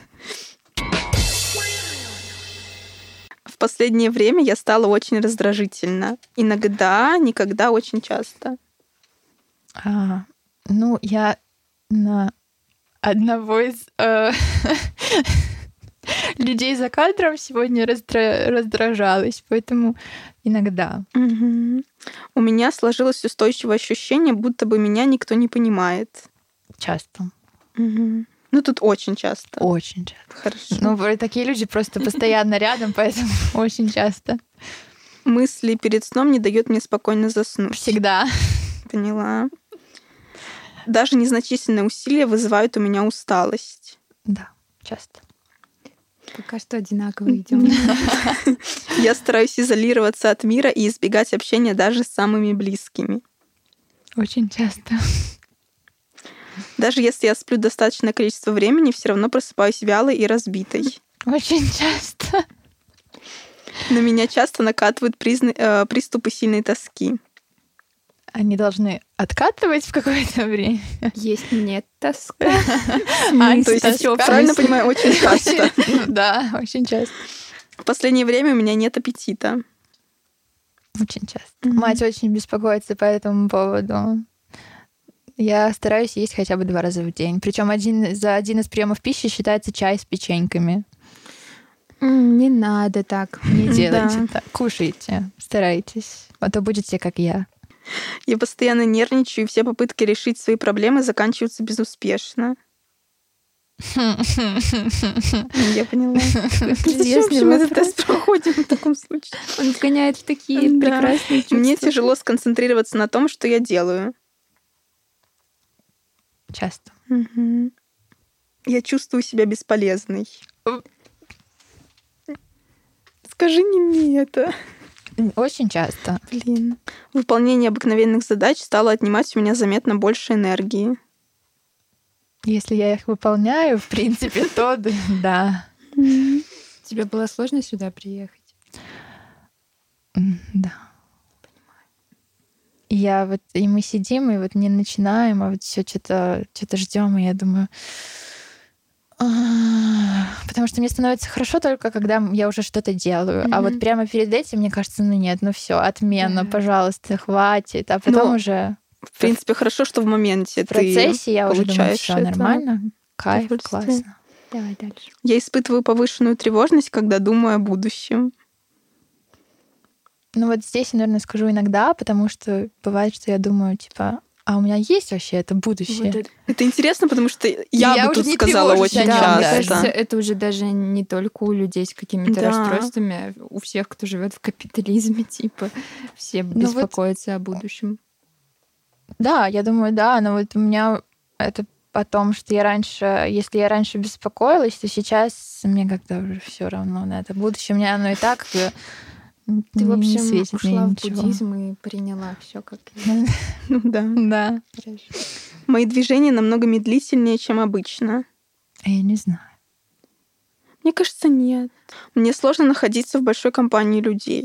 S1: В последнее время я стала очень раздражительна. Иногда, никогда, очень часто.
S2: А, ну, я на одного из э, людей за кадром сегодня раздра- раздражалась, поэтому иногда.
S1: Мгм. У меня сложилось устойчивое ощущение, будто бы меня никто не понимает.
S2: Часто.
S1: Мгм. Ну, тут очень часто.
S2: Очень часто.
S1: Хорошо.
S2: Ну, вот такие люди просто постоянно рядом, поэтому очень часто.
S1: Мысли перед сном не дают мне спокойно заснуть.
S2: Всегда.
S1: Поняла. Даже незначительные усилия вызывают у меня усталость.
S2: Да, часто.
S3: Пока что одинаково идем.
S1: Я стараюсь изолироваться от мира и избегать общения даже с самыми близкими.
S2: Очень часто.
S1: Даже если я сплю достаточное количество времени, все равно просыпаюсь вялой и разбитой.
S2: Очень часто.
S1: На меня часто накатывают призна- э, приступы сильной тоски.
S2: Они должны откатывать в какое-то время.
S3: Есть нет тоска.
S2: А,
S1: То есть,
S2: тоска.
S1: я правильно понимаю, очень часто.
S2: Ну да, очень часто.
S1: В последнее время у меня нет аппетита.
S2: Очень часто.
S1: Мгм.
S2: Мать очень беспокоится по этому поводу. Я стараюсь есть хотя бы два раза в день. Причем один, за один из приемов пищи считается чай с печеньками.
S3: М, Не надо так.
S2: Не делайте
S1: Да.
S2: так. Кушайте, старайтесь. А то будете как я.
S1: Я постоянно нервничаю, и все попытки решить свои проблемы заканчиваются безуспешно. Я поняла. Зачем
S3: Интересный
S1: же мы этот
S3: вопрос.
S1: тест проходим в таком случае?
S3: Он вгоняет в такие
S1: Да.
S3: прекрасные чувства.
S1: Мне тяжело сконцентрироваться на том, что я делаю.
S2: Часто.
S1: Мгм. Я чувствую себя бесполезной. Скажи не мне это.
S2: Очень часто.
S1: Блин. Выполнение обыкновенных задач стало отнимать у меня заметно больше энергии.
S2: Если я их выполняю, в принципе, то д- да.
S3: Тебе было сложно сюда приехать?
S2: М, Да. И я вот, и мы сидим, и вот не начинаем, а вот все что-то что-то ждем, и я думаю, Потому что мне становится хорошо только когда я уже что-то делаю.
S3: Мгм.
S2: А вот прямо перед этим, мне кажется, ну нет, ну все, отмена,
S3: Да.
S2: пожалуйста, хватит. А потом
S1: Ну,
S2: уже
S1: В принципе, хорошо, что в моменте
S2: в процессе я уже думаю,
S1: получаешь
S2: все
S1: это
S2: нормально, кайф,
S1: удовольствие.
S2: классно.
S3: Давай дальше.
S1: Я испытываю повышенную тревожность, когда думаю о будущем.
S2: Ну вот здесь я, наверное, скажу иногда, потому что бывает, что я думаю, типа, а у меня есть вообще это будущее?
S3: Вот это-
S1: Это интересно, потому что я,
S2: Я
S1: бы
S2: уже
S1: тут
S2: не
S1: сказала
S2: тревожусь
S1: очень
S2: о нём
S3: Да, мне
S2: даже.
S1: часто.
S3: кажется, это уже даже не только у людей с какими-то
S1: Да.
S3: расстройствами, а у всех, кто живет в капитализме, типа, все
S2: Ну вот-
S3: беспокоятся о будущем.
S2: Да, я думаю, да, но вот у меня это о том, что я раньше, если я раньше беспокоилась, то сейчас мне как-то уже все равно на это будущее. У меня оно и так э,
S3: Ты, в
S2: не
S3: общем,
S2: светит мне
S3: ушла в
S2: ничего.
S3: буддизм и приняла все как есть.
S1: Ну да.
S2: Да.
S3: Хорошо.
S1: Мои движения намного медлительнее, чем обычно.
S2: А я не знаю.
S1: Мне кажется, нет. Мне сложно находиться в большой компании людей.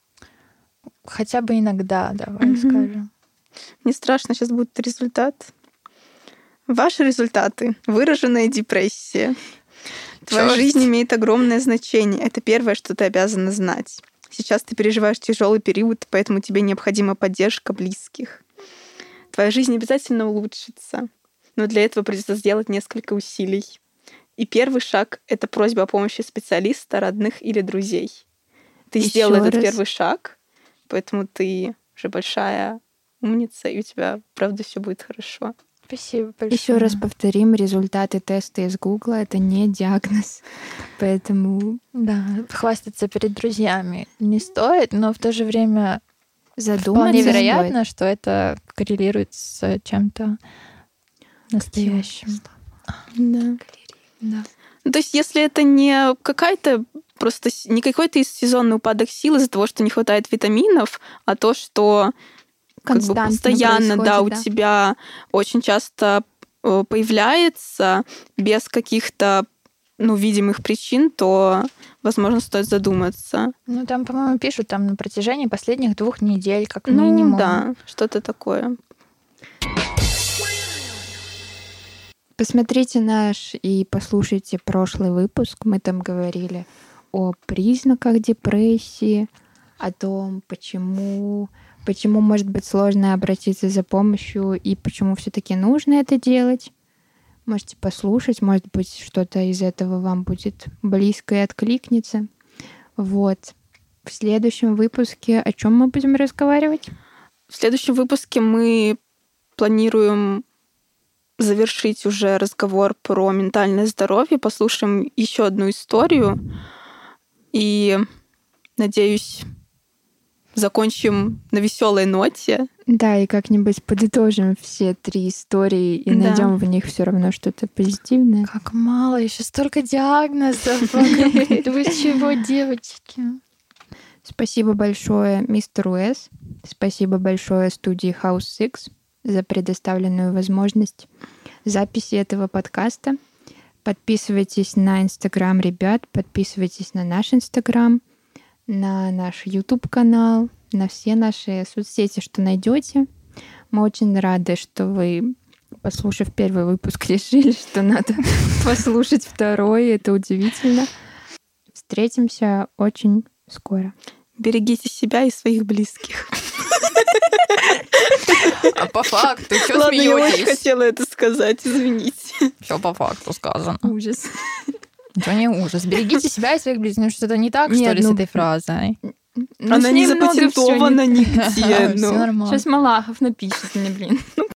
S2: Хотя бы иногда, давай
S1: Мгм.
S2: скажем.
S1: Мне страшно, сейчас будет результат. Ваши результаты. Выраженная депрессия. Твоя
S2: Чёрт.
S1: жизнь имеет огромное значение. Это первое, что ты обязана знать. Сейчас ты переживаешь тяжелый период, поэтому тебе необходима поддержка близких. Твоя жизнь обязательно улучшится, но для этого придется сделать несколько усилий. И первый шаг — это просьба о помощи специалиста, родных или друзей. Ты
S3: Ещё
S1: сделала этот
S3: раз.
S1: первый шаг, поэтому ты уже большая умница, и у тебя, правда, все будет хорошо.
S2: Спасибо большое.
S3: Еще раз повторим, результаты теста из Гугла — это не диагноз. Поэтому
S2: Да, хвастаться перед друзьями не стоит, но в то же время
S3: задуматься
S2: вполне
S3: стоит.
S2: вероятно, что это коррелирует с чем-то настоящим.
S1: Да.
S2: Да.
S1: Ну, то есть, если это не какая-то просто с- не какой-то из сезонный упадок сил из-за того, что не хватает витаминов, а то, что как бы
S3: Константно
S1: постоянно, да, у
S3: происходит, да.
S1: тебя очень часто э, появляется без каких-то ну, видимых причин, то, возможно, стоит задуматься.
S2: Ну, там, по-моему, пишут там на протяжении последних двух недель, как
S1: Ну,
S2: минимум.
S1: да, что-то такое.
S3: Посмотрите наш и послушайте прошлый выпуск. Мы там говорили о признаках депрессии, о том, почему, почему может быть сложно обратиться за помощью и почему все-таки нужно это делать. Можете послушать, может быть, что-то из этого вам будет близко и откликнется. Вот. В следующем выпуске о чем мы будем разговаривать?
S1: В следующем выпуске мы планируем завершить уже разговор про ментальное здоровье, послушаем еще одну историю и, надеюсь, закончим на веселой ноте.
S3: Да, и как-нибудь подытожим все три истории и
S1: Да.
S3: найдем в них все равно что-то позитивное.
S2: Как мало, еще столько диагнозов. Вы чего, девочки?
S3: Спасибо большое мистеру С. Спасибо большое студии House Six за предоставленную возможность записи этого подкаста. Подписывайтесь на Инстаграм ребят, подписывайтесь на наш Инстаграм, на наш YouTube-канал, на все наши соцсети, что найдете. Мы очень рады, что вы, послушав первый выпуск, решили, что надо послушать второй. Это удивительно. Встретимся очень скоро.
S1: Берегите себя и своих близких.
S2: А по факту, что
S1: Ладно, я очень хотела это сказать, извините.
S2: Все по факту сказано.
S3: Ужас.
S2: Это не ужас. Берегите себя и своих близких. Ну, что-то не так,
S3: Нет,
S2: что ли,
S3: ну,
S2: с этой фразой?
S3: Ну,
S1: Она
S3: с
S1: не
S3: ней много всё
S1: запатентована
S3: не-
S1: нигде.
S2: Все
S1: ну.
S2: нормально.
S3: Сейчас Малахов напишет мне, блин.